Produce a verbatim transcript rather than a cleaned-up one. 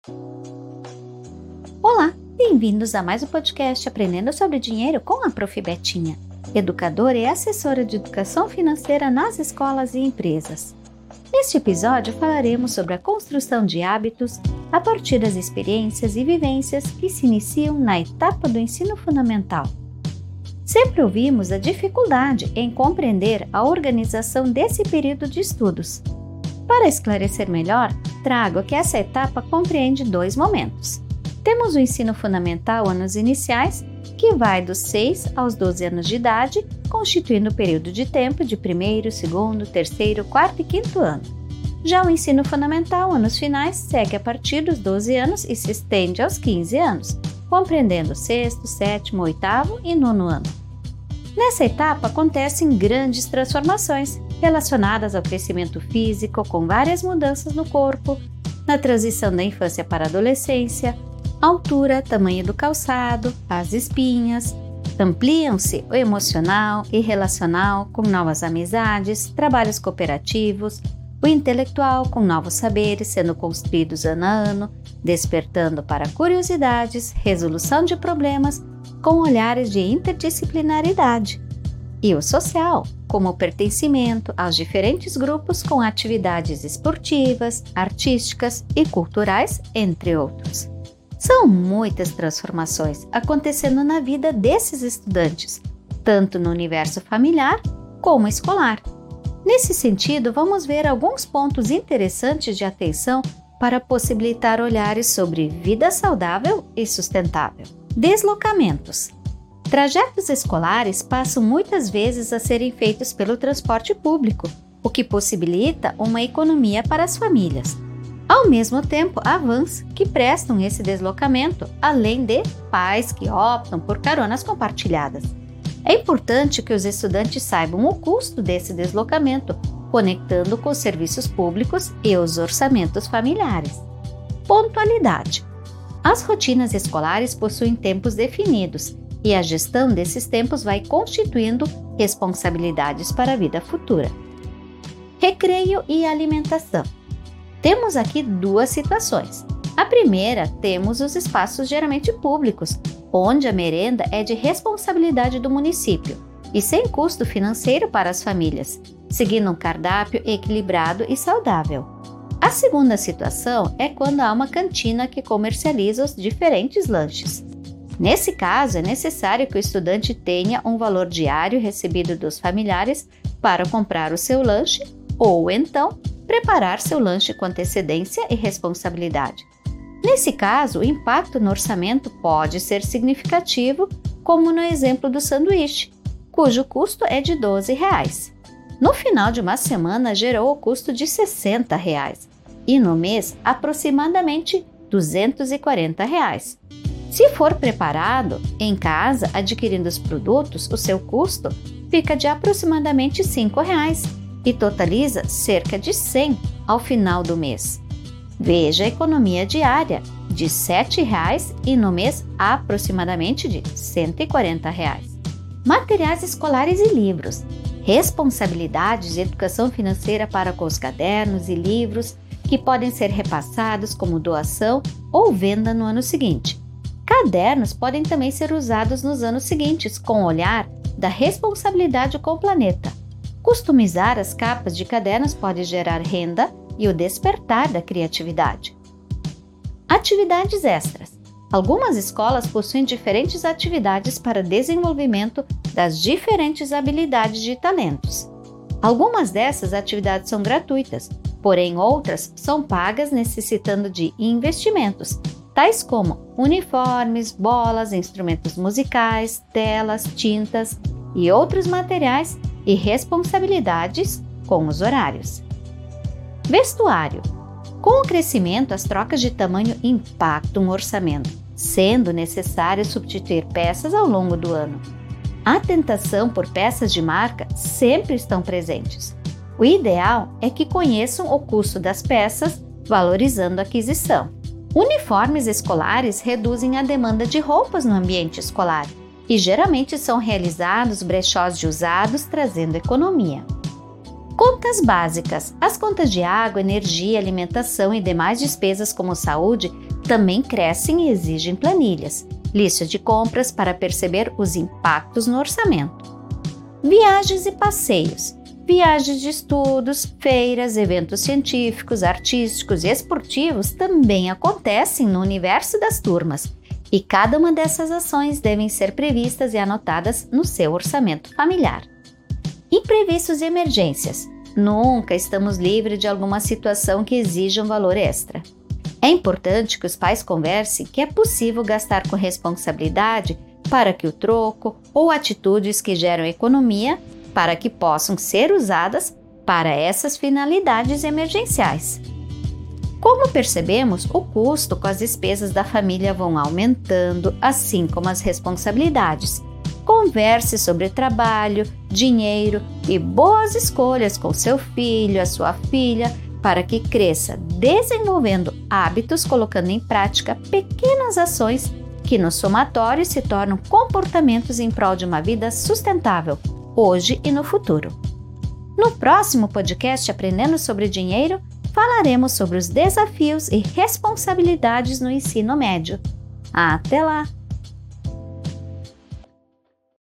Olá, bem-vindos a mais um podcast Aprendendo sobre Dinheiro com a Prof Betinha, educadora e assessora de educação financeira nas escolas e empresas. Neste episódio falaremos sobre a construção de hábitos a partir das experiências e vivências que se iniciam na etapa do ensino fundamental. Sempre ouvimos a dificuldade em compreender a organização desse período de estudos. Para esclarecer melhor, trago que essa etapa compreende dois momentos. Temos o ensino fundamental anos iniciais, que vai dos seis aos doze anos de idade, constituindo o período de tempo de primeiro, segundo, terceiro, quarto e quinto ano. Já o ensino fundamental anos finais segue a partir dos doze anos e se estende aos quinze anos, compreendendo o sexto, sétimo, oitavo e nono ano. Nessa etapa acontecem grandes transformações relacionadas ao crescimento físico, com várias mudanças no corpo, na transição da infância para a adolescência, altura, tamanho do calçado, as espinhas, ampliam-se o emocional e relacional com novas amizades, trabalhos cooperativos, o intelectual com novos saberes sendo construídos ano a ano, despertando para curiosidades, resolução de problemas com olhares de interdisciplinaridade, e o social, como o pertencimento aos diferentes grupos com atividades esportivas, artísticas e culturais, entre outros. São muitas transformações acontecendo na vida desses estudantes, tanto no universo familiar como escolar. Nesse sentido, vamos ver alguns pontos interessantes de atenção para possibilitar olhares sobre vida saudável e sustentável. Deslocamentos. Trajetos escolares passam muitas vezes a serem feitos pelo transporte público, o que possibilita uma economia para as famílias. Ao mesmo tempo, há vans que prestam esse deslocamento, além de pais que optam por caronas compartilhadas. É importante que os estudantes saibam o custo desse deslocamento, conectando com os serviços públicos e os orçamentos familiares. Pontualidade. As rotinas escolares possuem tempos definidos e a gestão desses tempos vai constituindo responsabilidades para a vida futura. Recreio e alimentação. Temos aqui duas situações. A primeira, temos os espaços geralmente públicos, onde a merenda é de responsabilidade do município e sem custo financeiro para as famílias, seguindo um cardápio equilibrado e saudável. A segunda situação é quando há uma cantina que comercializa os diferentes lanches. Nesse caso, é necessário que o estudante tenha um valor diário recebido dos familiares para comprar o seu lanche ou, então, preparar seu lanche com antecedência e responsabilidade. Nesse caso, o impacto no orçamento pode ser significativo, como no exemplo do sanduíche, cujo custo é de doze reais. No final de uma semana, gerou o custo de sessenta reais e no mês, aproximadamente duzentos e quarenta reais. Se for preparado em casa, adquirindo os produtos, o seu custo fica de aproximadamente cinco reais e totaliza cerca de cem ao final do mês. Veja a economia diária de sete reais e no mês aproximadamente de cento e quarenta reais. Materiais escolares e livros. Responsabilidades de educação financeira para com os cadernos e livros que podem ser repassados como doação ou venda no ano seguinte. Cadernos podem também ser usados nos anos seguintes com o olhar da responsabilidade com o planeta. Customizar as capas de cadernos pode gerar renda e o despertar da criatividade. Atividades extras. Algumas escolas possuem diferentes atividades para desenvolvimento das diferentes habilidades e talentos. Algumas dessas atividades são gratuitas, porém outras são pagas necessitando de investimentos, tais como uniformes, bolas, instrumentos musicais, telas, tintas e outros materiais e responsabilidades com os horários. Vestuário. Com o crescimento, as trocas de tamanho impactam o orçamento, sendo necessário substituir peças ao longo do ano. A tentação por peças de marca sempre estão presentes. O ideal é que conheçam o custo das peças, valorizando a aquisição. Uniformes escolares reduzem a demanda de roupas no ambiente escolar e geralmente são realizados brechós de usados, trazendo economia. Contas básicas. As contas de água, energia, alimentação e demais despesas como saúde também crescem e exigem planilhas. Lista de compras para perceber os impactos no orçamento. Viagens e passeios. Viagens de estudos, feiras, eventos científicos, artísticos e esportivos também acontecem no universo das turmas. E cada uma dessas ações devem ser previstas e anotadas no seu orçamento familiar. Imprevistos e emergências. Nunca estamos livres de alguma situação que exija um valor extra. É importante que os pais conversem que é possível gastar com responsabilidade para que o troco ou atitudes que geram economia para que possam ser usadas para essas finalidades emergenciais. Como percebemos, o custo com as despesas da família vão aumentando, assim como as responsabilidades. Converse sobre trabalho, dinheiro e boas escolhas com seu filho, a sua filha, para que cresça desenvolvendo hábitos, colocando em prática pequenas ações que no somatório se tornam comportamentos em prol de uma vida sustentável, hoje e no futuro. No próximo podcast Aprendendo sobre Dinheiro, falaremos sobre os desafios e responsabilidades no ensino médio. Até lá!